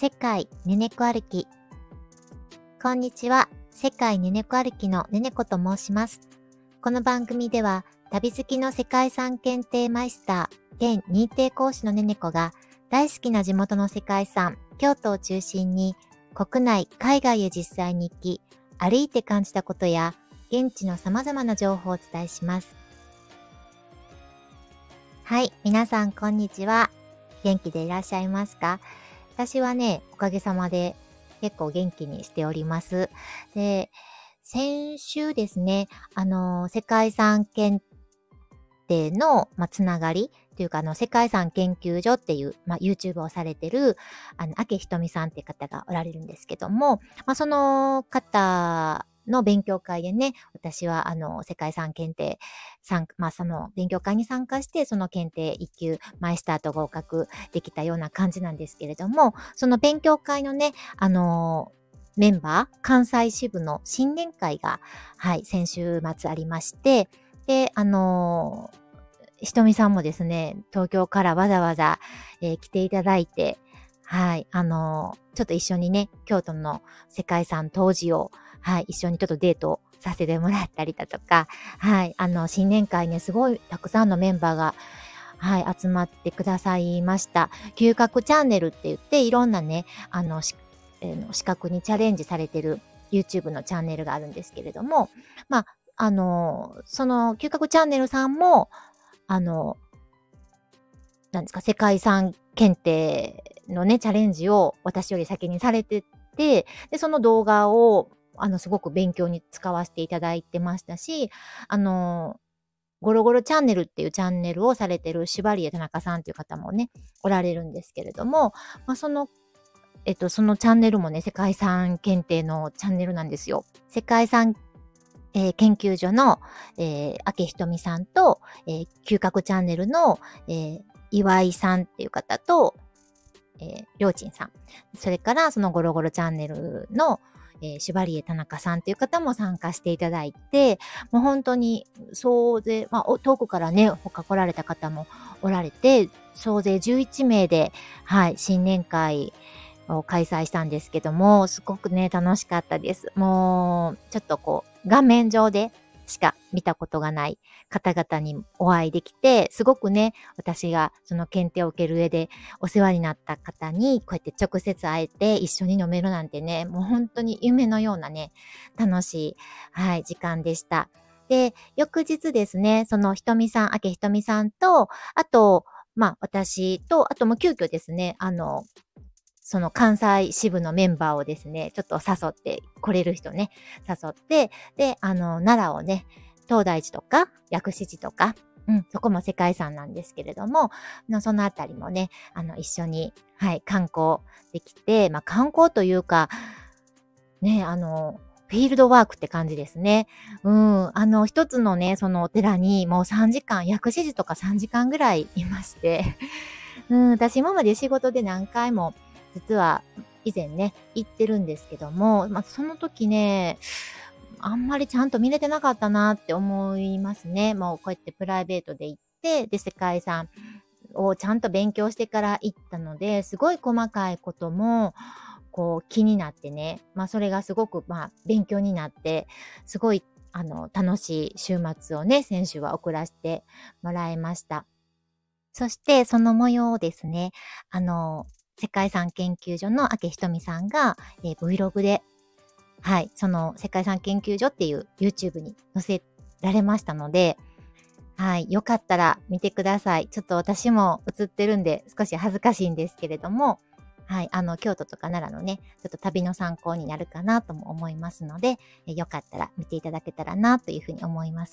世界ねねこ歩き。こんにちは。世界ねねこ歩きのねねこと申します。この番組では旅好きの世界遺産検定マイスター現認定講師のねねこが大好きな地元の世界遺産京都を中心に国内海外へ実際に行き歩いて感じたことや現地の様々な情報をお伝えします。はい、皆さんこんにちは。元気でいらっしゃいますか？私はね、おかげさまで結構元気にしております。で、先週ですね、世界遺産検定の、つながりというか、世界遺産研究所っていう、YouTube をされてる、明ひとみさんっていう方がおられるんですけども、その方の勉強会でね、私は、世界遺産検定その勉強会に参加して、その検定1級マイスターと合格できたような感じなんですけれども、その勉強会のね、メンバー、関西支部の新年会が、はい、先週末ありまして、で、ひとみさんもですね、東京からわざわざ、来ていただいて、はい、ちょっと一緒にね、京都の世界遺産当時を、はい、一緒にちょっとデートさせてもらったりだとか、はい、新年会ね、すごいたくさんのメンバーが、はい、集まってくださいました。嗅覚チャンネルって言って、いろんなね、資格にチャレンジされてる YouTube のチャンネルがあるんですけれども、その嗅覚チャンネルさんも、あの、なんですか、世界遺産検定のね、チャレンジを私より先にされてて、で、その動画を、すごく勉強に使わせていただいてましたし、あの、ゴロゴロチャンネルっていうチャンネルをされてるシュバリエ田中さんっていう方もね、おられるんですけれども、そのチャンネルもね、世界遺産検定のチャンネルなんですよ。世界遺産研究所の、明ひとみさんと、嗅覚チャンネルの、岩井さんっていう方と、りょうちんさん。それから、そのゴロゴロチャンネルの、シュバリエ田中さんっていう方も参加していただいて、もう本当に総勢、遠くからね、他来られた方もおられて、総勢11名で、はい、新年会を開催したんですけども、すごくね、楽しかったです。もう、ちょっとこう、画面上でしか見たことがない方々にお会いできて、すごくね、私がその検定を受ける上でお世話になった方に、こうやって直接会えて一緒に飲めるなんてね、もう本当に夢のようなね、楽しい、はい、時間でした。で、翌日ですね、そのひとみさん、明ひとみさんと、あと、私と、あともう急遽ですね、その関西支部のメンバーをですね、ちょっと誘って来れる人ね、誘って、で、奈良をね、東大寺とか、薬師寺とか、そこも世界遺産なんですけれども、そのあたりもね、一緒に、はい、観光できて、観光というか、ね、フィールドワークって感じですね。一つのね、そのお寺にもう3時間、薬師寺とか3時間ぐらいいまして、私今まで仕事で何回も実は以前ね、行ってるんですけども、その時ね、あんまりちゃんと見れてなかったなって思いますね。もうこうやってプライベートで行って、で、世界遺産をちゃんと勉強してから行ったので、すごい細かいことも、こう気になってね、それがすごく勉強になって、すごい楽しい週末をね、先週は送らせてもらいました。そして、その模様をですね、世界遺産研究所の明ひとみさんが、Vlog で、はい、その世界遺産研究所っていう YouTube に載せられましたので、はい、よかったら見てください。ちょっと私も映ってるんで少し恥ずかしいんですけれども、はい、京都とか奈良のね、ちょっと旅の参考になるかなとも思いますので、よかったら見ていただけたらなというふうに思います。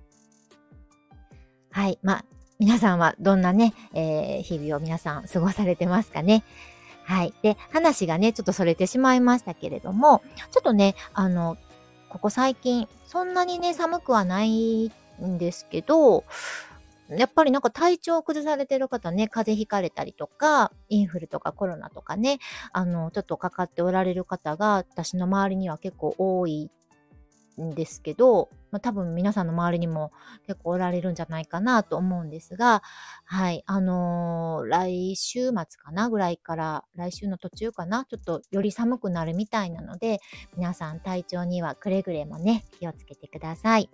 はい。皆さんはどんなね、日々を皆さん過ごされてますかね。はい。で、話がね、ちょっとそれてしまいましたけれども、ちょっとね、ここ最近、そんなにね、寒くはないんですけど、やっぱりなんか体調を崩されてる方ね、風邪ひかれたりとか、インフルとかコロナとかね、ちょっとかかっておられる方が、私の周りには結構多いんですけど、多分皆さんの周りにも結構おられるんじゃないかなと思うんですが、はい、来週末かなぐらいから、来週の途中かな、ちょっとより寒くなるみたいなので、皆さん体調にはくれぐれもね、気をつけてください。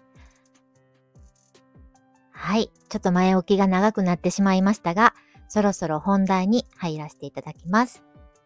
はい、ちょっと前置きが長くなってしまいましたが、そろそろ本題に入らせていただきます。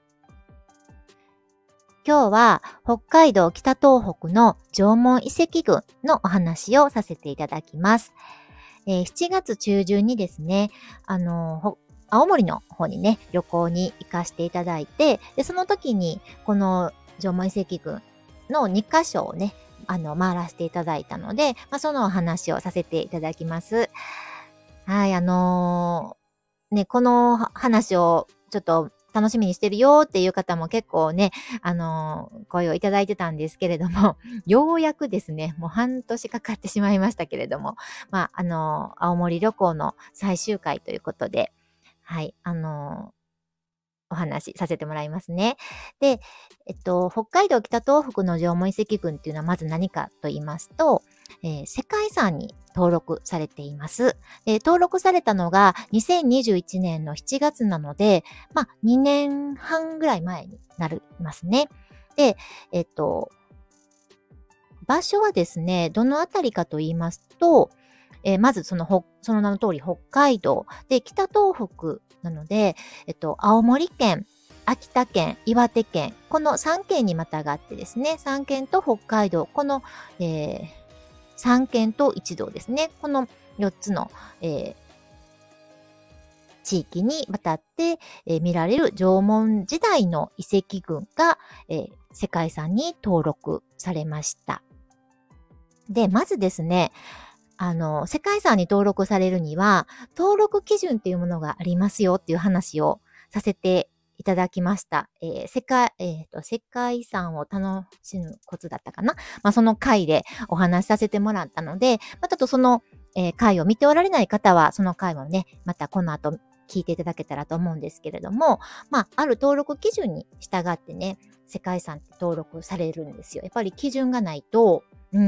今日は北海道北東北の縄文遺跡群のお話をさせていただきます。7月中旬にですね、青森の方にね、旅行に行かせていただいて、で、その時にこの縄文遺跡群の2カ所をね、回らせていただいたので、そのお話をさせていただきます。はい、ね、この話をちょっと楽しみにしてるよっていう方も結構ね、声をいただいてたんですけれども、ようやくですね、もう半年かかってしまいましたけれども、青森旅行の最終回ということで、はい、お話しさせてもらいますね。で、北海道北東北の縄文遺跡群っていうのはまず何かと言いますと、世界遺産に登録されています。登録されたのが2021年の7月なので、2年半ぐらい前になりますね。で、場所はですね、どのあたりかと言いますと、まずその名の通り北海道で北東北なので、青森県、秋田県、岩手県、この3県にまたがってですね、3県と北海道、この、3県と一道ですね、この4つの、地域にわたって、見られる縄文時代の遺跡群が、世界遺産に登録されました。で、まずですね、世界遺産に登録されるには、登録基準っていうものがありますよっていう話をさせていただきました。世界遺産を楽しむコツだったかな。その回でお話しさせてもらったので、ちょっとその、回を見ておられない方は、その回をね、またこの後聞いていただけたらと思うんですけれども、ある登録基準に従ってね、世界遺産って登録されるんですよ。やっぱり基準がないと、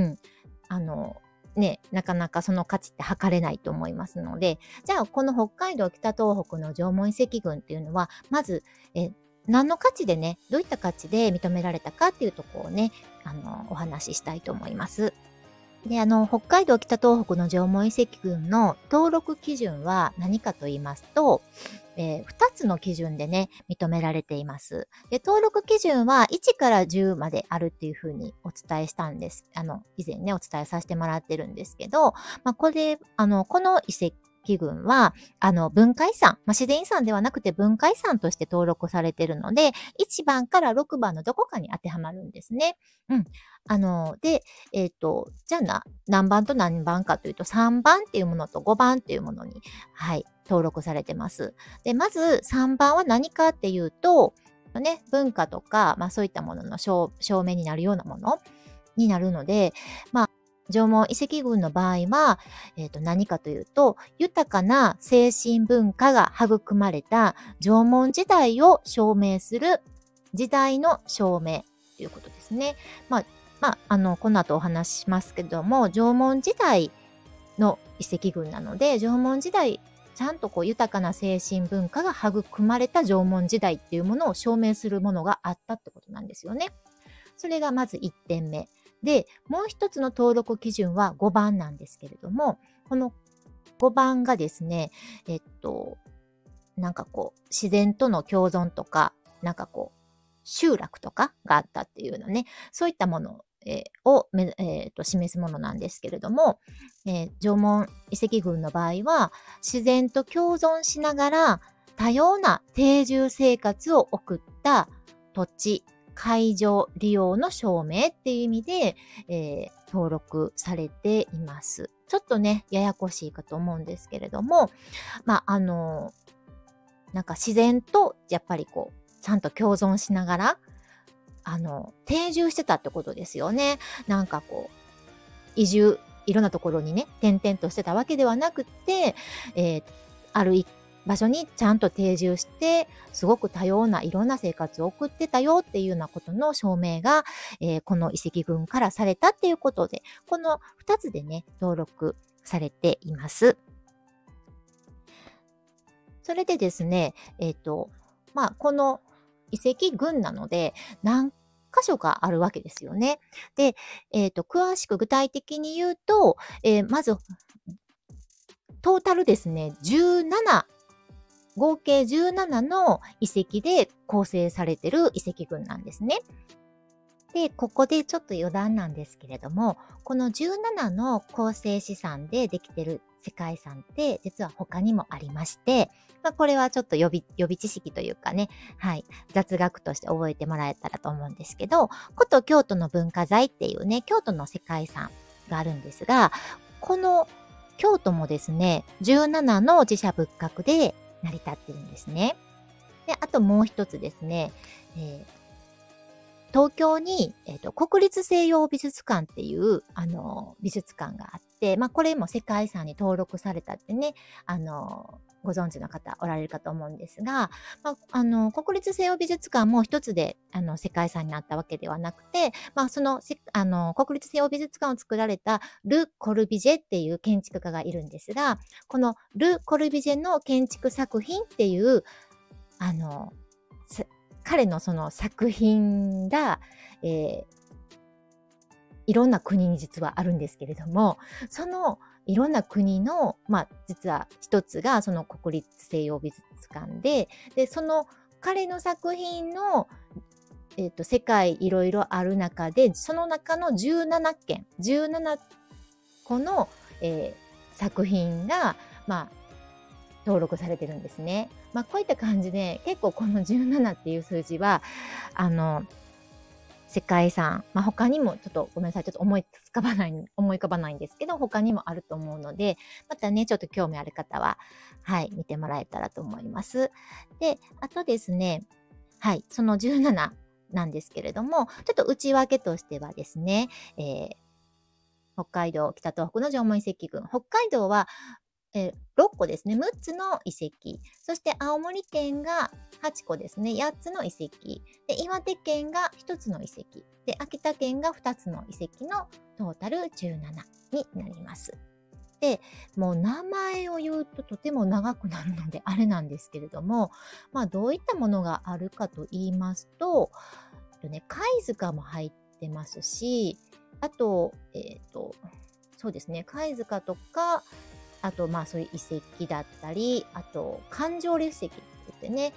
なかなかその価値って測れないと思いますので、じゃあこの北海道北東北の縄文遺跡群っていうのは、まず、何の価値でね、どういった価値で認められたかっていうところをね、お話ししたいと思います。で、北海道北東北の縄文遺跡群の登録基準は何かと言いますと、2つの基準でね、認められています。で、登録基準は1から10まであるっていうふうにお伝えしたんです。以前ね、お伝えさせてもらってるんですけど、この遺跡群は、文化遺産、自然遺産ではなくて文化遺産として登録されているので、1番から6番のどこかに当てはまるんですね。うん。で、じゃあ何番と何番かというと、3番っていうものと5番っていうものに、はい、登録されてます。で、まず3番は何かっていうと、ね、文化とか、そういったものの証明になるようなものになるので、縄文遺跡群の場合は、何かというと、豊かな精神文化が育まれた縄文時代を証明する時代の証明ということですね。この後お話ししますけども、縄文時代の遺跡群なので、縄文時代、ちゃんと豊かな精神文化が育まれた縄文時代っていうものを証明するものがあったってことなんですよね。それがまず1点目。で、もう一つの登録基準は5番なんですけれども、この5番がですね、自然との共存とか、集落とかがあったっていうようなね、そういったものを示すものなんですけれども、縄文遺跡群の場合は、自然と共存しながら多様な定住生活を送った土地、海上利用の証明っていう意味で、登録されています。ちょっとね、ややこしいかと思うんですけれども、自然とやっぱりちゃんと共存しながら、定住してたってことですよね。移住、いろんなところにね、転々としてたわけではなくって、ある一場所にちゃんと定住して、すごく多様ないろんな生活を送ってたよっていうようなことの証明が、この遺跡群からされたっていうことで、この2つでね、登録されています。それでですね、この遺跡群なので、何箇所かあるわけですよね。で、詳しく具体的に言うと、まず、トータルですね、合計17の遺跡で構成されてる遺跡群なんですね。で、ここでちょっと余談なんですけれども、この17の構成資産でできてる世界遺産って実は他にもありまして、これはちょっと予備知識というかね、はい、雑学として覚えてもらえたらと思うんですけど、古都京都の文化財っていうね、京都の世界遺産があるんですが、この京都もですね、17の寺社仏閣で成り立ってるんですね。で、あともう一つですね、東京に、国立西洋美術館っていう、美術館があって、これも世界遺産に登録されたってね、ご存知の方おられるかと思うんですが、国立西洋美術館も一つで、世界遺産になったわけではなくて、国立西洋美術館を作られたル・コルビジェっていう建築家がいるんですが、このル・コルビジェの建築作品っていう、彼のその作品が、いろんな国に実はあるんですけれども、そのいろんな国の、実は一つがその国立西洋美術館で、その彼の作品の、世界いろいろある中で、その中の17個の、作品が、登録されてるんですね。こういった感じで、結構この17っていう数字は、世界遺産、他にもちょっとごめんなさい、ちょっと思い浮かばないんですけど、他にもあると思うので、またね、ちょっと興味ある方は、はい、見てもらえたらと思います。で、あとですね、はい、その17なんですけれども、ちょっと内訳としてはですね、北海道、北東北の縄文遺跡群、北海道は6個ですね。6つの遺跡。そして青森県が8個ですね。8つの遺跡。で、岩手県が1つの遺跡。で、秋田県が2つの遺跡のトータル17になります。で、もう名前を言うととても長くなるのであれなんですけれども、どういったものがあるかと言いますと、貝塚も入ってますし、あと、そうですね、貝塚とか、あと、そういう遺跡だったり、あと、環状列石って言ってね、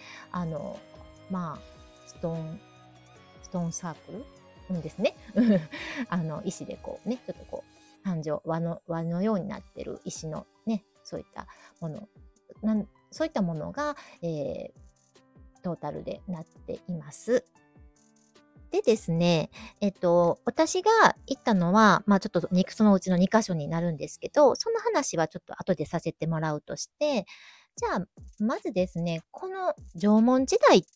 ストーンサークルですね。石でこうね、ちょっとこう、輪のようになってる石のね、そういったもの、そういったものが、トータルでなっています。でですね、私が行ったのは、ちょっとそのうちの2箇所になるんですけど、その話はちょっと後でさせてもらうとして、じゃあ、まずですね、この縄文時代って、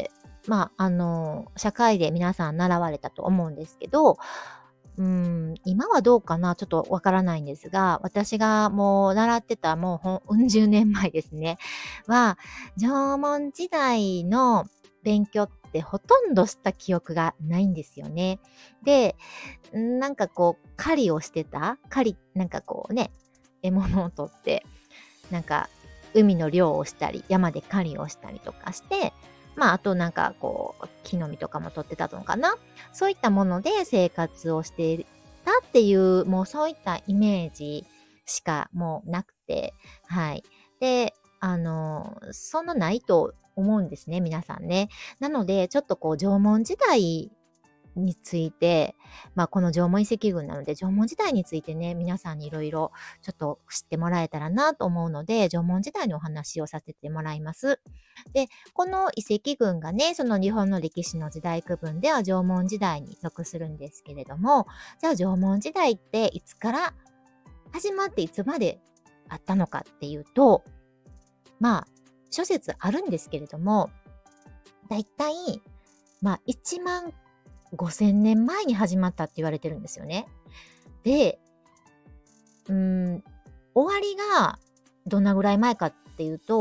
社会で皆さん習われたと思うんですけど、今はどうかなちょっとわからないんですが、私がもう習ってたもううん十年前ですね、は、縄文時代の勉強ってほとんどした記憶がないんですよね。で、なんかこう、なんかこうね、獲物を取って、なんか海の漁をしたり、山で狩りをしたりとかして、あとなんかこう、木の実とかも取ってたのかな。そういったもので生活をしていたっていう、もうそういったイメージしかもうなくて、はい。で、そんなないと思うんですね、皆さんね。なので、ちょっとこう、縄文時代について、この縄文遺跡群なので、縄文時代についてね、皆さんにいろいろちょっと知ってもらえたらなと思うので、縄文時代のお話をさせてもらいます。で、この遺跡群がね、その日本の歴史の時代区分では縄文時代に属するんですけれども、じゃあ縄文時代っていつから始まっていつまであったのかっていうと、諸説あるんですけれども、だいたい、1万5000年前に始まったって言われてるんですよね。で、終わりがどんなぐらい前かっていうと、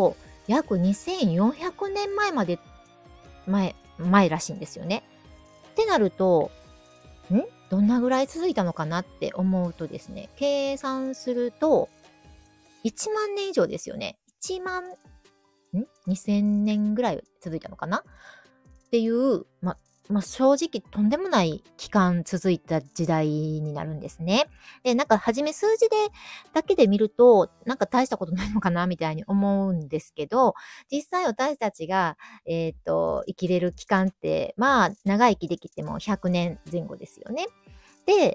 約2400年前まで前らしいんですよね。ってなると、どんなぐらい続いたのかなって思うとですね、計算すると、1万年以上ですよね。1万、2000年ぐらい続いたのかなっていう、正直とんでもない期間続いた時代になるんですね。で、なんか初め数字だけで見ると、なんか大したことないのかなみたいに思うんですけど、実際私たちが、生きれる期間って、長生きできても100年前後ですよね。で、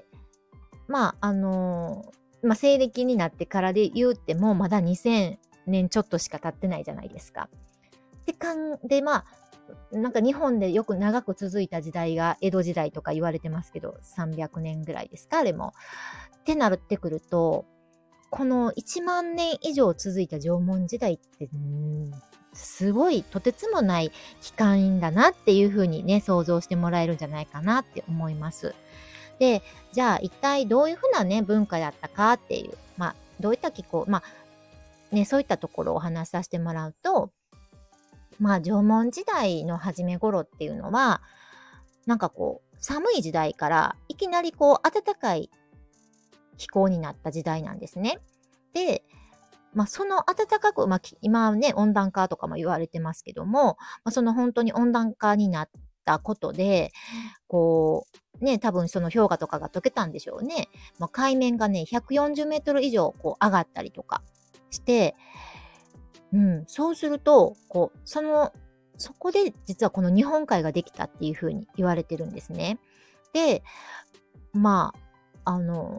西暦になってからで言うても、まだ2000年ちょっとしか経ってないじゃないですか。で、なんか日本でよく長く続いた時代が江戸時代とか言われてますけど、300年ぐらいですか、あれも。ってなってくると、この1万年以上続いた縄文時代って、すごいとてつもない期間だなっていうふうにね、想像してもらえるんじゃないかなって思います。で、じゃあ一体どういうふうなね、文化だったかっていう、どういった気候、そういったところをお話しさせてもらうと、縄文時代の初め頃っていうのは、なんかこう、寒い時代からいきなりこう、暖かい気候になった時代なんですね。で、その暖かく、今ね、温暖化とかも言われてますけども、その本当に温暖化になったことで、こ多分その氷河とかが溶けたんでしょうね。海面がね、140メートル以上こう上がったりとかして、そうすると、そこで実はこの日本海ができたっていう風に言われてるんですね。で、まあ、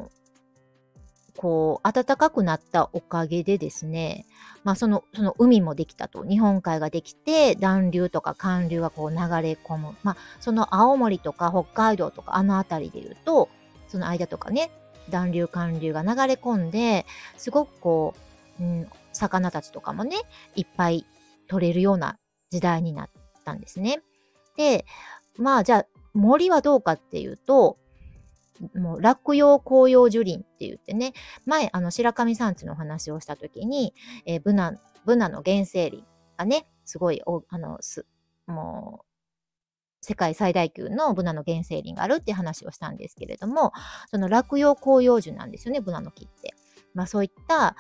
暖かくなったおかげでですね、その海もできたと。日本海ができて、暖流とか寒流がこう流れ込む。その青森とか北海道とかあの辺りで言うと、その間とかね、暖流寒流が流れ込んで、すごく魚たちとかもね、いっぱい取れるような時代になったんですね。で、じゃあ森はどうかっていうと、もう落葉広葉樹林って言ってね、前白神山地のお話をした時に、ブナの原生林がね、すごいもう世界最大級のブナの原生林があるっていう話をしたんですけれども、その落葉広葉樹なんですよね、ブナの木って。そういった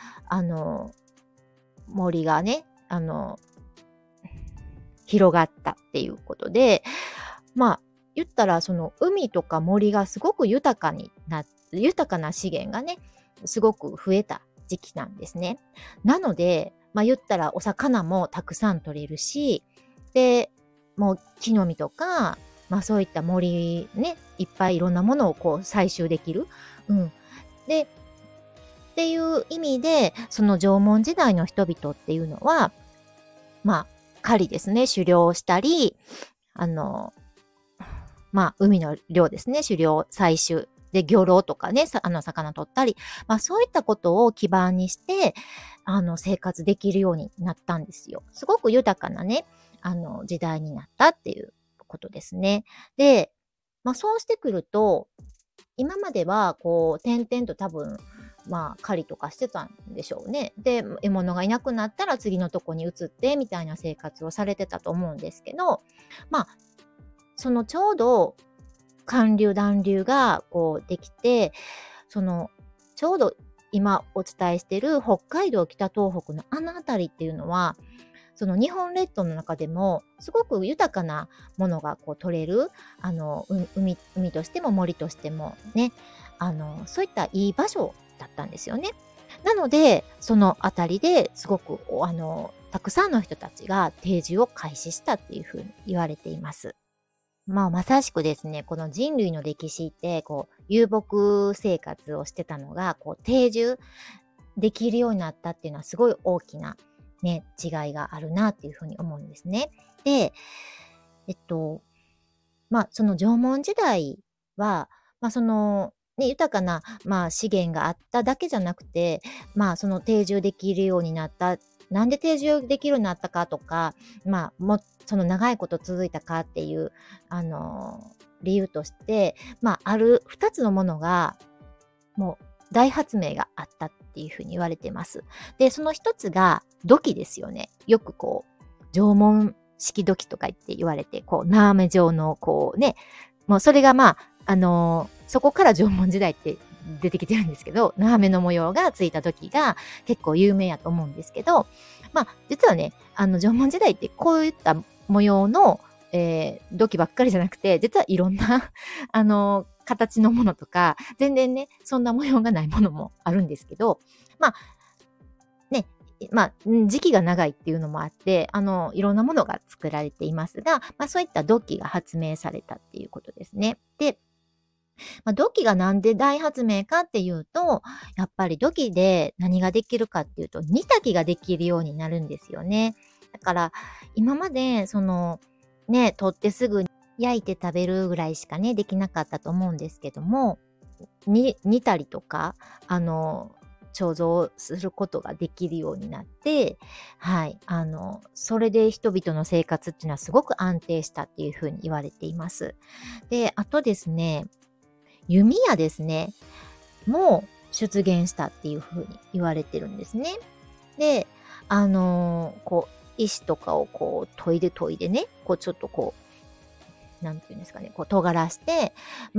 森がね、広がったっていうことで、言ったらその海とか森がすごく豊かな資源がね、すごく増えた時期なんですね。なので、言ったらお魚もたくさん取れるし、で、もう木の実とか、そういった森ね、いっぱいいろんなものをこう採集できる。で、っていう意味で、その縄文時代の人々っていうのは、狩りですね、狩猟したり、海の漁ですね、狩猟、採集。で、漁労とかね、魚取ったり、そういったことを基盤にして、生活できるようになったんですよ。すごく豊かなね、時代になったっていうことですね。で、そうしてくると、今までは、点々と多分、狩りとかしてたんでしょうね。で、獲物がいなくなったら次のとこに移って、みたいな生活をされてたと思うんですけど、そのちょうど寒流暖流ができて、ちょうど今お伝えしている北海道北東北のあの辺りっていうのは、その日本列島の中でもすごく豊かなものが取れる、海としても森としてもね、そういったいい場所だったんですよね。なので、その辺りですごくたくさんの人たちが定住を開始したっていうふうに言われています。まさしくですね、この人類の歴史って、遊牧生活をしてたのが、定住できるようになったっていうのはすごい大きなね、違いがあるなっていうふうに思うんですね。で、その縄文時代は、豊かな、資源があっただけじゃなくて、その定住できるようになった、なんで定住できるようになったかとか、その長いこと続いたかっていう、理由として、ある2つのものが、もう大発明があったっていうふうに言われてます。で、その一つが土器ですよね。よくこう、縄文式土器とか言って言われて、こう、縄目状のこうね、もうそれがそこから縄文時代って出てきてるんですけど、縄目の模様がついた時が結構有名やと思うんですけど、実はね、縄文時代ってこういった模様の、土器ばっかりじゃなくて、実はいろんな形のものとか、全然ね、そんな模様がないものもあるんですけど、まあ、ね、時期が長いっていうのもあって、いろんなものが作られていますが、そういった土器が発明されたっていうことですね。で、土器がなんで大発明かっていうと、やっぱり土器で何ができるかっていうと、煮炊きができるようになるんですよね。だから、今まで、取ってすぐ焼いて食べるぐらいしかね、できなかったと思うんですけども、煮たりとか、貯蔵することができるようになって、はい、それで人々の生活っていうのはすごく安定したっていうふうに言われています。で、あとですね、弓矢ですね、も出現したっていう風に言われてるんですね。で、石とかをこう研いでね、こうちょっとこう、なんていうんですかね、こう尖らして、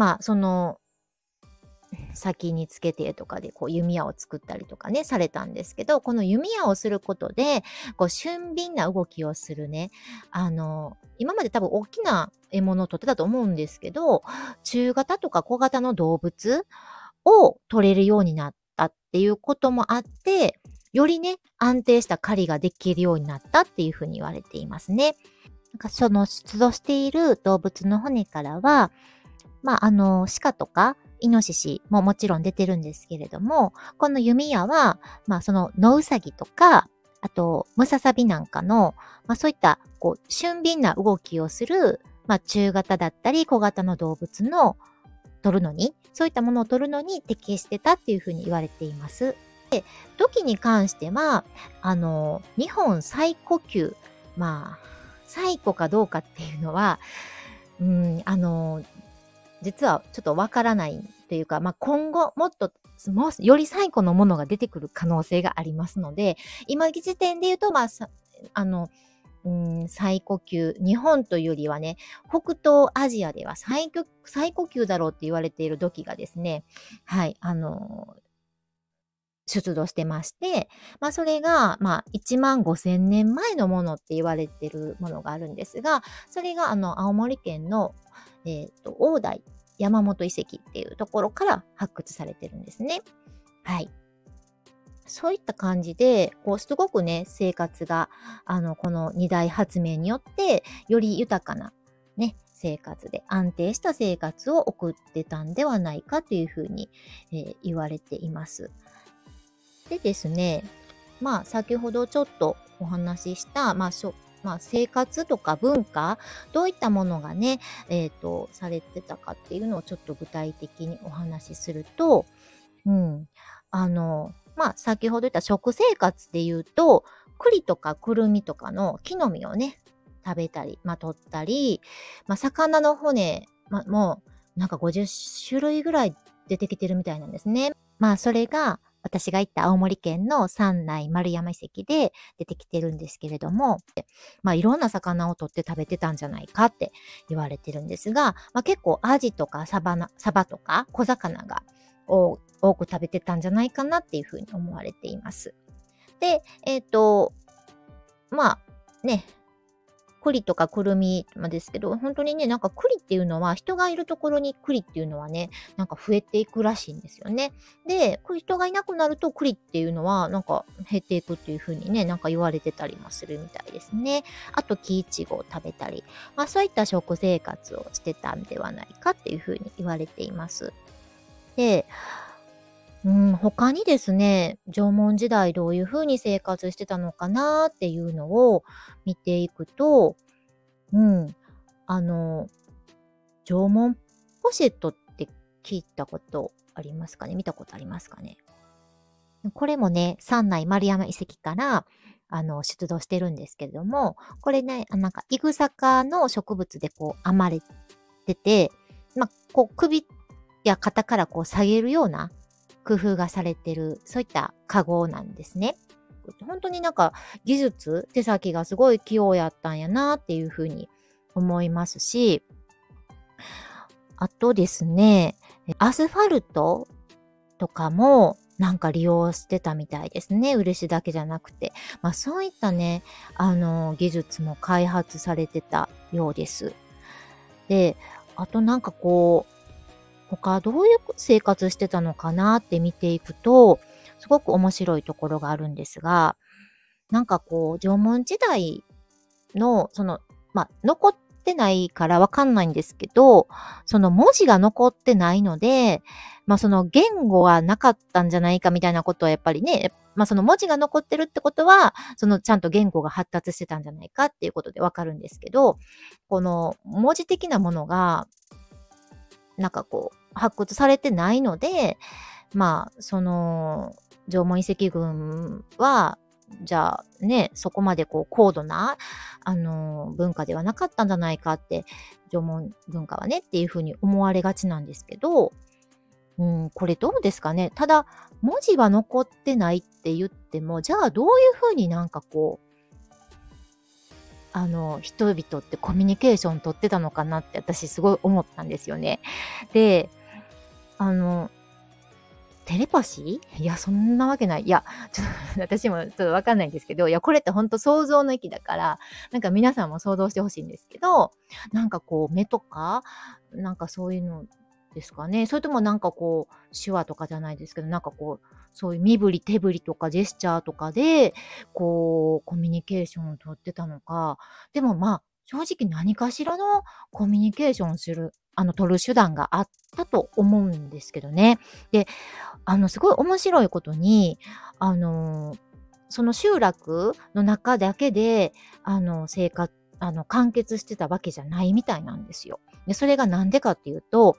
先につけてとかでこう弓矢を作ったりとかね、されたんですけど、この弓矢をすることで、こう俊敏な動きをするね、今まで多分大きな獲物を取ってたと思うんですけど、中型とか小型の動物を取れるようになったっていうこともあって、よりね、安定した狩りができるようになったっていうふうに言われていますね。なんかその出土している動物の骨からは、鹿とかイノシシももちろん出てるんですけれども、この弓矢は、その野ウサギとか、あと、ムササビなんかの、そういった、こう、俊敏な動きをする、中型だったり小型の動物の取るのに、そういったものを取るのに適してたっていうふうに言われています。土器に関しては、日本最古級、最古かどうかっていうのは、うん、実はちょっとわからないというか、今後もっとより最古のものが出てくる可能性がありますので、今時点で言うと、あの、最古級、日本というよりはね、北東アジアでは最古級だろうって言われている土器がですね、はい、出土してまして、それが、1万5千年前のものって言われてるものがあるんですが、それが青森県の、大台山本遺跡っていうところから発掘されてるんですね。はい。そういった感じで、こう、すごくね、生活が、この二大発明によって、より豊かな、ね、生活で、安定した生活を送ってたんではないかというふうに、言われています。でですね、先ほどちょっとお話しした、生活とか文化、どういったものがね、されてたかっていうのをちょっと具体的にお話しすると、うん。先ほど言った食生活で言うと、栗とかくるみとかの木の実をね、食べたり、取ったり、魚の骨、もうなんか50種類ぐらい出てきてるみたいなんですね。それが私が行った青森県の三内丸山遺跡で出てきてるんですけれども、いろんな魚を取って食べてたんじゃないかって言われてるんですが、結構アジとかサバとか小魚が多く食べてたんじゃないかなっていうふうに思われています。で、まあね、栗とかくるみですけど、本当にね、なんか栗っていうのは、人がいるところに栗っていうのはね、なんか増えていくらしいんですよね。で、人がいなくなると栗っていうのは、なんか減っていくっていう風にね、なんか言われてたりもするみたいですね。あと、木いちごを食べたり、そういった食生活をしてたんではないかっていう風に言われています。で、他にですね、縄文時代どういう風に生活してたのかなっていうのを見ていくと、うん、あの、縄文ポシェットって聞いたことありますかね？見たことありますかね？これもね、三内丸山遺跡から、出土してるんですけれども、これね、なんか、イグサ科の植物でこう編まれてて、こう首や肩からこう下げるような工夫がされてる、そういったカゴなんですね。本当になんか技術、手先がすごい器用やったんやなっていうふうに思いますし、あとですね、アスファルトとかもなんか利用してたみたいですね。漆だけじゃなくて。そういったね、技術も開発されてたようです。で、あとなんかこう、他どういう生活してたのかなって見ていくと、すごく面白いところがあるんですが、なんかこう、縄文時代の、残ってないからわかんないんですけど、その文字が残ってないので、その言語がなかったんじゃないかみたいなことはやっぱりね、その文字が残ってるってことは、そのちゃんと言語が発達してたんじゃないかっていうことでわかるんですけど、この文字的なものが、なんかこう、発掘されてないので、その、縄文遺跡群は、じゃあね、そこまでこう高度な、文化ではなかったんじゃないかって、縄文文化はねっていうふうに思われがちなんですけど、これどうですかね。ただ、文字は残ってないって言っても、じゃあどういうふうになんかこう、人々ってコミュニケーション取ってたのかなって私すごい思ったんですよね。で、あの、テレパシーいや、そんなわけない。いや、ちょっと私もちょっとわかんないんですけど、いや、これってほんと想像の域だから、なんか皆さんも想像してほしいんですけど、なんかこう目とか、なんかそういうのですかね。それともなんかこう、手話とかじゃないですけど、なんかこう、そういう身振り手振りとかジェスチャーとかで、こう、コミュニケーションを取ってたのか、でも正直何かしらのコミュニケーションをする、取る手段があったと思うんですけどね。で、すごい面白いことに、あの、その集落の中だけで、生活完結してたわけじゃないみたいなんですよ。で、それがなんでかっていうと、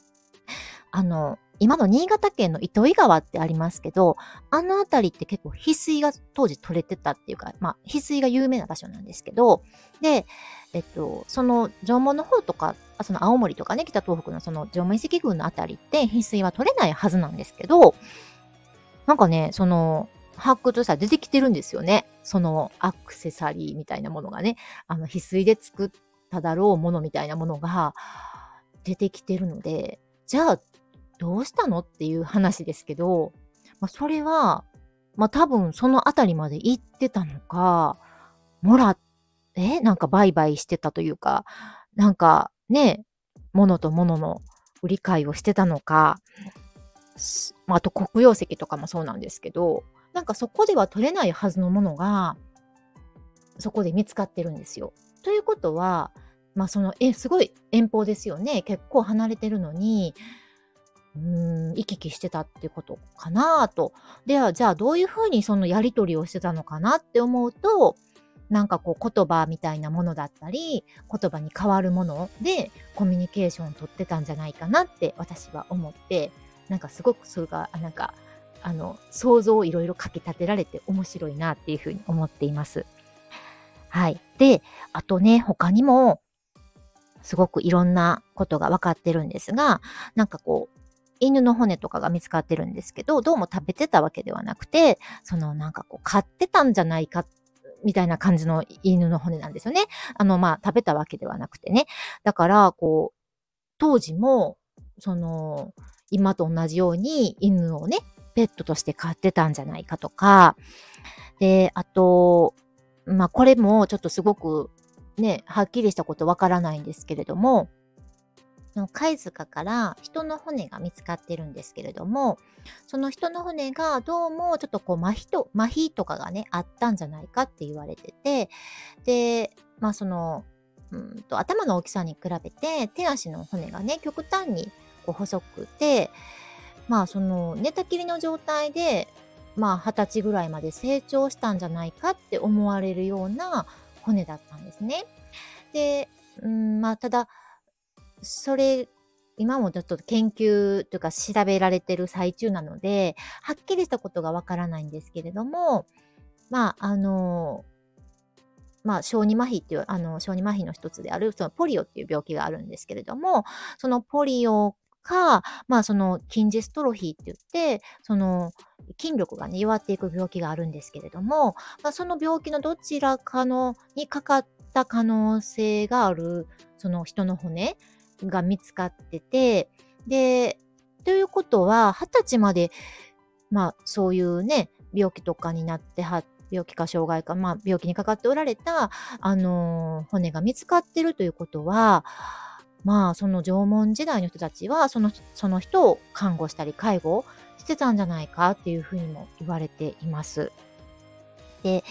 今の新潟県の糸魚川ってありますけど、あの辺りって結構翡翠が当時取れてたっていうか、翡翠が有名な場所なんですけど、で、その縄文の方とか、その青森とかね、北東北のその縄文遺跡群のあたりって翡翠は取れないはずなんですけど、なんかね、その、発掘したら出てきてるんですよね。そのアクセサリーみたいなものがね、翡翠で作っただろうものみたいなものが出てきてるので、じゃあ、どうしたのっていう話ですけど、それは、多分そのあたりまで行ってたのか、もらなんか売買してたというか、なんかね、物と物の売り買いをしてたのか、あと黒曜石とかもそうなんですけど、なんかそこでは取れないはずのものが、そこで見つかってるんですよ。ということは、すごい遠方ですよね。結構離れてるのに、行き来してたってことかなと。では、じゃあどういうふうにそのやり取りをしてたのかなって思うと、なんかこう言葉みたいなものだったり、言葉に変わるものでコミュニケーションを取ってたんじゃないかなって私は思って、なんかすごくそれが、想像をいろいろかき立てられて面白いなっていうふうに思っています。はい。で、あとね、他にも、すごくいろんなことが分かってるんですが、なんかこう、犬の骨とかが見つかってるんですけど、どうも食べてたわけではなくて、そのなんかこう、飼ってたんじゃないか、みたいな感じの犬の骨なんですよね。食べたわけではなくてね。だから、こう、当時も、その、今と同じように犬をね、ペットとして飼ってたんじゃないかとか、で、あと、これもちょっとすごくね、はっきりしたことわからないんですけれども、貝塚から人の骨が見つかってるんですけれども、その人の骨がどうもちょっとこう麻痺とかがね、あったんじゃないかって言われてて、で、頭の大きさに比べて手足の骨がね、極端にこう細くて、その寝たきりの状態で、20歳ぐらいまで成長したんじゃないかって思われるような骨だったんですね。で、ただ、それ、今もちょっと研究というか調べられてる最中なので、はっきりしたことがわからないんですけれども、まあ、あの、小児麻痺っていう、小児麻痺の一つである、そのポリオっていう病気があるんですけれども、そのポリオか、その筋ジストロフィーって言って、その筋力がね、弱っていく病気があるんですけれども、その病気のどちらかのにかかった可能性がある、その人の骨が見つかってて、で、ということは、20歳まで、そういうね、病気とかになって病気か障害か、病気にかかっておられた、骨が見つかってるということは、その縄文時代の人たちは、その人を看護したり介護してたんじゃないかっていうふうにも言われています。で、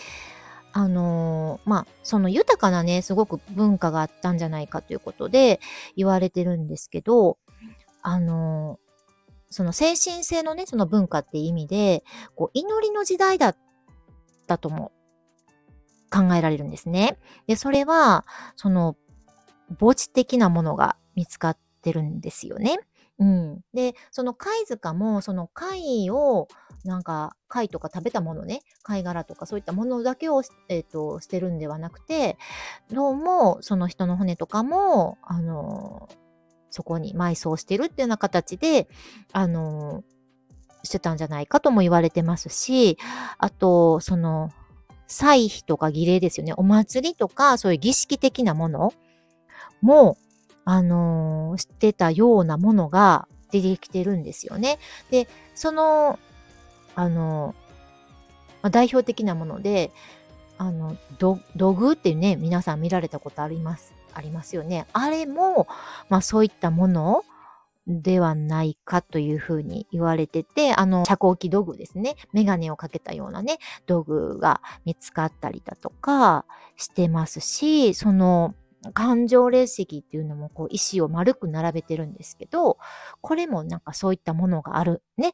その豊かなね、すごく文化があったんじゃないかということで言われてるんですけど、あのその精神性のね、その文化っていう意味で、祈りの時代だったとも考えられるんですね。で、それは、その墓地的なものが見つかってるんですよね。うん。で、その貝塚も、その貝を、貝とか食べたものね、貝殻とかそういったものだけを、捨てるんではなくて、どうも、その人の骨とかも、そこに埋葬してるっていうような形で、あの、してたんじゃないかとも言われてますし、あと、その、祭祀とか儀礼ですよね。お祭りとか、そういう儀式的なものも、してたようなものが出てきてるんですよね。で、その、あの、代表的なもので、土偶っていうね、皆さん見られたことありますよね。あれも、そういったものではないかというふうに言われてて、遮光器土偶ですね。メガネをかけたようなね、土偶が見つかったりだとかしてますし、その、環状列石っていうのも石を丸く並べてるんですけど、これもそういったものがあるね。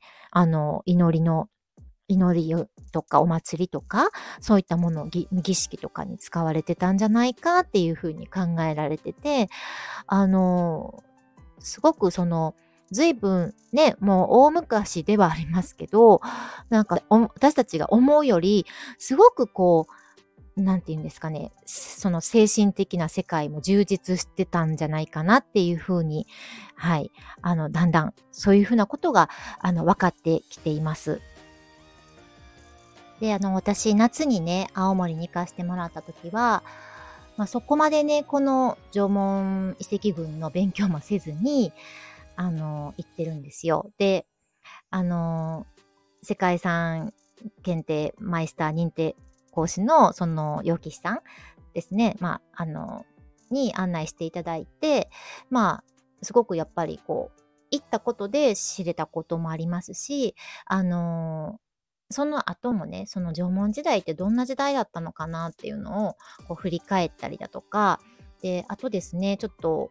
祈りとかお祭りとか、そういったもの、儀式とかに使われてたんじゃないかっていうふうに考えられてて、あの、すごく随分ね、もう大昔ではありますけど、私たちが思うより、すごくなんて言うんですかね、その精神的な世界も充実してたんじゃないかなっていうふうに、はい、だんだんそういうふうなことが、分かってきています。で、私、夏にね、青森に行かしてもらった時は、そこまでね、この縄文遺跡群の勉強もせずに、行ってるんですよ。で、あの、世界遺産検定マイスター認定講師の、その、楊貴士さんですね、に案内していただいて、すごくやっぱり行ったことで知れたこともありますし、あの、その後もね、その縄文時代ってどんな時代だったのかなっていうのを振り返ったりだとか、で、あとですね、ちょっと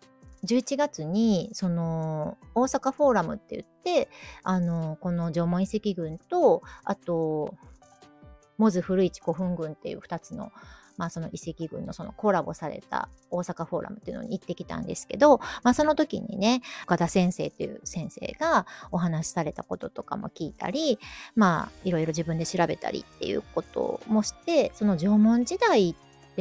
11月にその大阪フォーラムって言って、この縄文遺跡群と、あと、モズ古市古墳群っていう2つの、その遺跡群のそのコラボされた大阪フォーラムっていうのに行ってきたんですけど、その時にね、岡田先生っていう先生がお話しされたこととかも聞いたり、いろいろ自分で調べたりっていうこともして、その縄文時代って、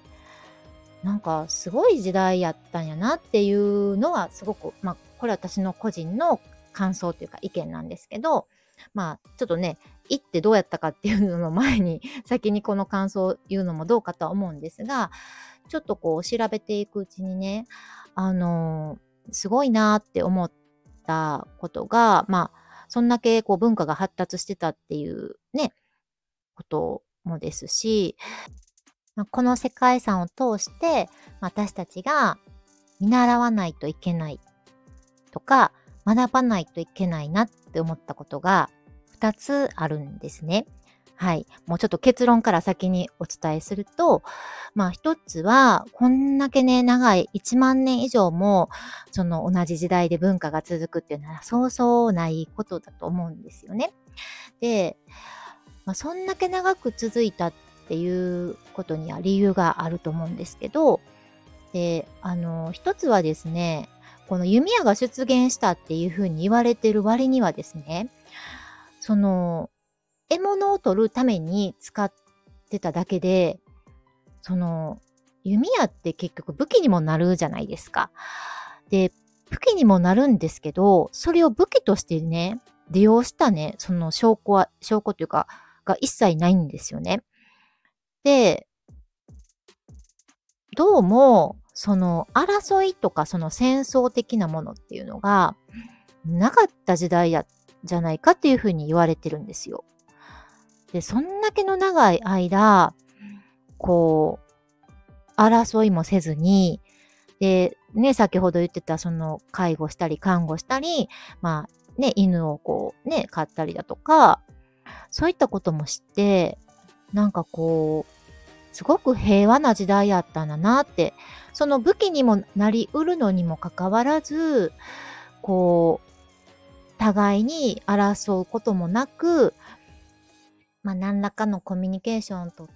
すごい時代やったんやなっていうのはすごく、これは私の個人の感想というか意見なんですけど、ちょっとね、行ってどうやったかっていうのの前に、先にこの感想を言うのもどうかとは思うんですが、ちょっと調べていくうちにね、すごいなって思ったことが、そんだけ文化が発達してたっていうね、こともですし、この世界遺産を通して、私たちが見習わないといけないとか、学ばないといけないなって思ったことが2つあるんですね。はい。もうちょっと結論から先にお伝えすると、1つは、こんだけね、長い1万年以上も、その同じ時代で文化が続くっていうのは、そうそうないことだと思うんですよね。で、そんだけ長く続いたっていうことには理由があると思うんですけど、で、一つはですね、この弓矢が出現したっていうふうに言われてる割にはですね、その、獲物を取るために使ってただけで、その、弓矢って結局武器にもなるじゃないですか。で、 武器にもなるんですけど、それを武器としてね、利用したね、その証拠というか、が一切ないんですよね。で、どうも、その争いとかその戦争的なものっていうのがなかった時代じゃないかっていうふうに言われてるんですよ。で、そんだけの長い間、こう、争いもせずに、で、ね、先ほど言ってたその介護したり看護したり、まあね、犬をこうね、飼ったりだとか、そういったこともして、なんかこう、すごく平和な時代やったんだなって、その武器にもなり得るのにもかかわらず、こう、互いに争うこともなく、まあ、何らかのコミュニケーションをとって、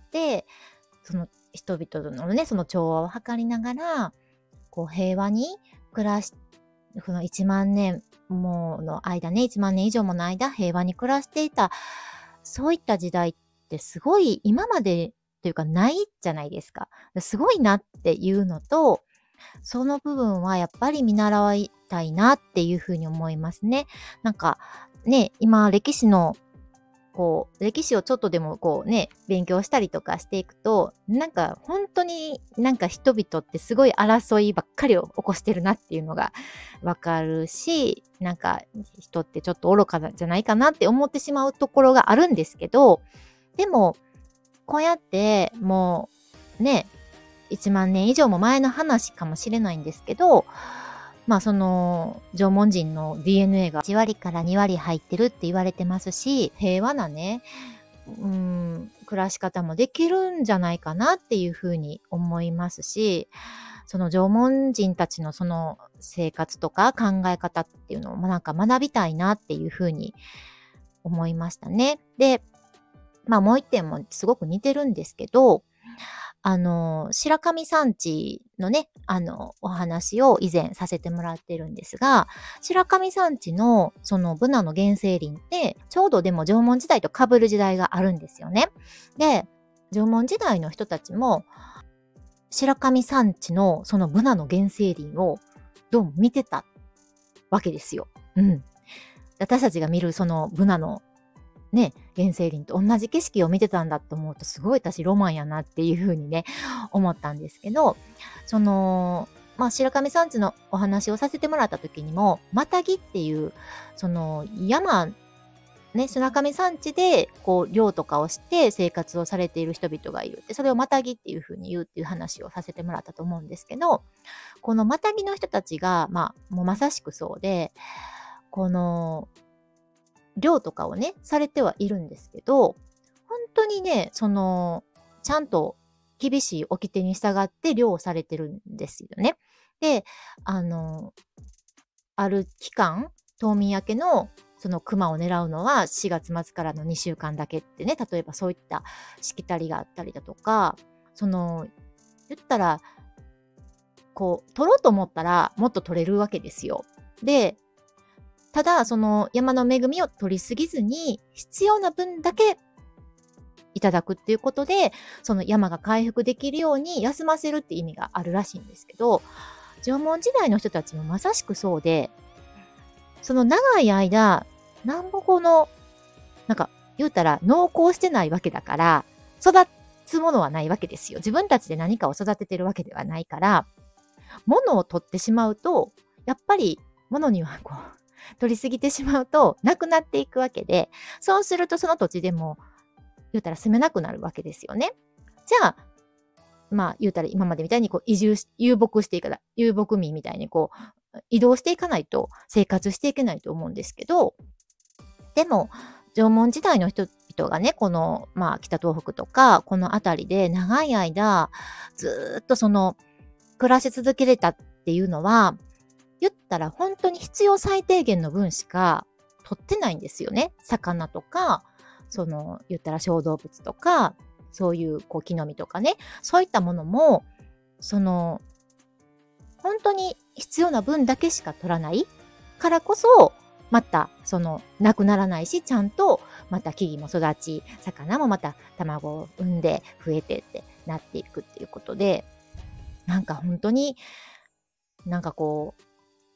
その人々とのね、その調和を図りながら、こう平和に暮らし、この1万年もの間ね、1万年以上もの間平和に暮らしていた、そういった時代ってすごい今までというかないじゃないですか。すごいなっていうのと、その部分はやっぱり見習いたいなっていうふうに思いますね。なんかね、今歴史の歴史をちょっとでも勉強したりとかしていくと、なんか本当になんか人々ってすごい争いばっかりを起こしてるなっていうのがわかるし、なんか人ってちょっと愚かじゃないかなって思ってしまうところがあるんですけど、でも、こうやってもうね、1万年以上も前の話かもしれないんですけど、まあその縄文人の DNA が1割から2割入ってるって言われてますし、平和なね、暮らし方もできるんじゃないかなっていうふうに思いますし、その縄文人たちのその生活とか考え方っていうのをなんか学びたいなっていうふうに思いましたね。で、まあもう一点もすごく似てるんですけど、白神山地のね、お話を以前させてもらってるんですが、白神山地のそのブナの原生林って、ちょうどでも縄文時代と被る時代があるんですよね。で、縄文時代の人たちも、白神山地のそのブナの原生林をどうも見てたわけですよ。うん。私たちが見るそのブナのね、原生林と同じ景色を見てたんだと思うと、すごい私ロマンやなっていう風にね、思ったんですけど、その、まあ、白神山地のお話をさせてもらった時にも、マタギっていう、その山、ね、白神山地で、こう、猟とかをして生活をされている人々がいるって、それをマタギっていう風に言うっていう話をさせてもらったと思うんですけど、このマタギの人たちが、まあ、もうまさしくそうで、この、漁とかをね、されてはいるんですけど、本当にね、その、ちゃんと厳しい掟に従って漁をされてるんですよね。で、あの、ある期間、冬眠明けのその熊を狙うのは4月末からの2週間だけってね、例えばそういったしきたりがあったりだとか、その、言ったら、こう、取ろうと思ったらもっと取れるわけですよ。で、ただ、その山の恵みを取りすぎずに、必要な分だけいただくっていうことで、その山が回復できるように休ませるって意味があるらしいんですけど、縄文時代の人たちもまさしくそうで、その長い間、なんぼこの、なんか言うたら農耕してないわけだから、育つものはないわけですよ。自分たちで何かを育ててるわけではないから、物を取ってしまうと、やっぱり物には取りすぎてしまうとなくなっていくわけで、そうするとその土地でも言うたら住めなくなるわけですよね。じゃあ、まあ言うたら今までみたいに遊牧していかない、遊牧民みたいに移動していかないと生活していけないと思うんですけど、でも縄文時代の人々がね、この、まあ北東北とか、この辺りで長い間、ずーっとその暮らし続けれたっていうのは、言ったら本当に必要最低限の分しか取ってないんですよね。魚とか、その言ったら小動物とか、そういう木の実とかね、そういったものも、その本当に必要な分だけしか取らないからこそ、またそのなくならないし、ちゃんとまた木々も育ち、魚もまた卵を産んで増えてってなっていくっていうことで、なんか本当になんか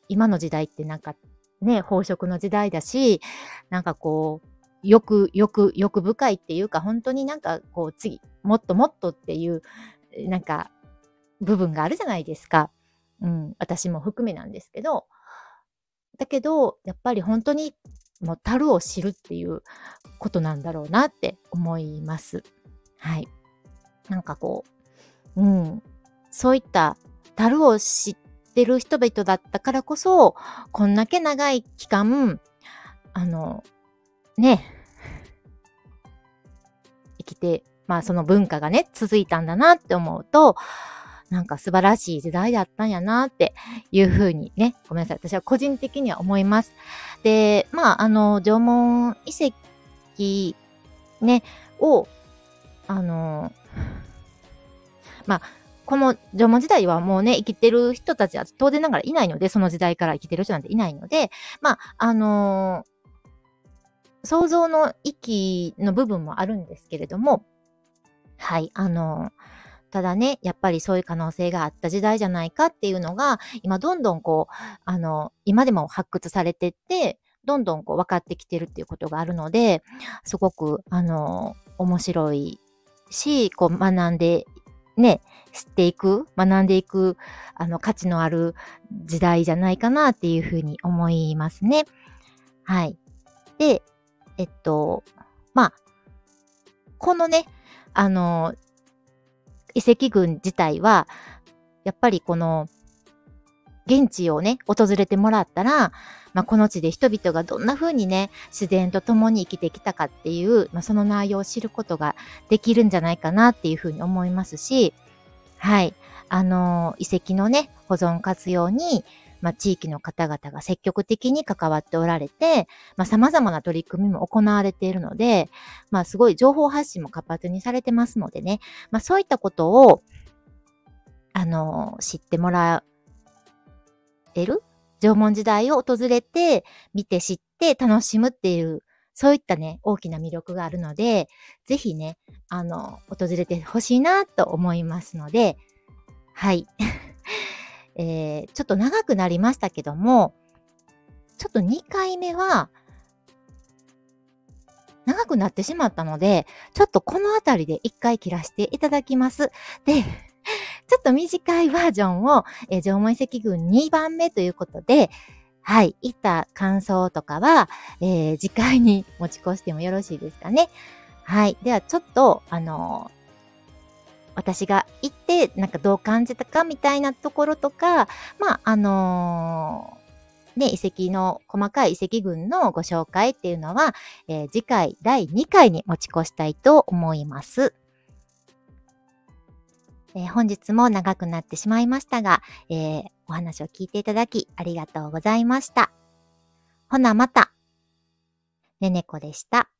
今の時代ってなんかね、飽食の時代だし、なんかこう、欲深いっていうか、本当になんかこう次、もっともっとっていう、なんか部分があるじゃないですか。うん、私も含めなんですけど、だけど、やっぱり本当にもう足るを知るっていうことなんだろうなって思います。はい。なんかこう、そういった足るを知ってる人々だったからこそ、こんだけ長い期間、あの、ね、生きて、まあその文化がね、続いたんだなって思うと、なんか素晴らしい時代だったんやなっていうふうにね、ごめんなさい。私は個人的には思います。で、まあ、縄文遺跡ね、を、あの、まあ、この縄文時代はもうね、生きてる人たちは当然ながらいないので、その時代から生きてる人なんていないので、まあ、想像の域の部分もあるんですけれども、はい、ただね、やっぱりそういう可能性があった時代じゃないかっていうのが、今どんどんこう、今でも発掘されてって、どんどんこう分かってきてるっていうことがあるので、すごく、面白いし、こう学んで、ね、知っていく、学んでいく、価値のある時代じゃないかなっていうふうに思いますね。はい。で、まあ、このね、あの、遺跡群自体は、やっぱりこの、現地をね、訪れてもらったら、まあ、この地で人々がどんな風にね、自然と共に生きてきたかっていう、まあ、その内容を知ることができるんじゃないかなっていう風に思いますし、はい。遺跡のね、保存活用に、まあ、地域の方々が積極的に関わっておられて、まあ、様々な取り組みも行われているので、まあ、すごい情報発信も活発にされてますのでね、まあ、そういったことを、知ってもらえる縄文時代を訪れて、見て知って楽しむっていう、そういったね、大きな魅力があるので、ぜひね、訪れてほしいなと思いますので、はい。ちょっと長くなりましたけども、ちょっと2回目は長くなってしまったので、ちょっとこのあたりで1回切らしていただきます。で、ちょっと短いバージョンを、縄文遺跡群2番目ということで、はい、行った感想とかは、次回に持ち越してもよろしいですかね。はい。ではちょっと、私が行って、なんかどう感じたかみたいなところとか、まあ、ね、遺跡の、細かい遺跡群のご紹介っていうのは、次回第2回に持ち越したいと思います。本日も長くなってしまいましたが、お話を聞いていただきありがとうございました。ほなまた、ねねこでした。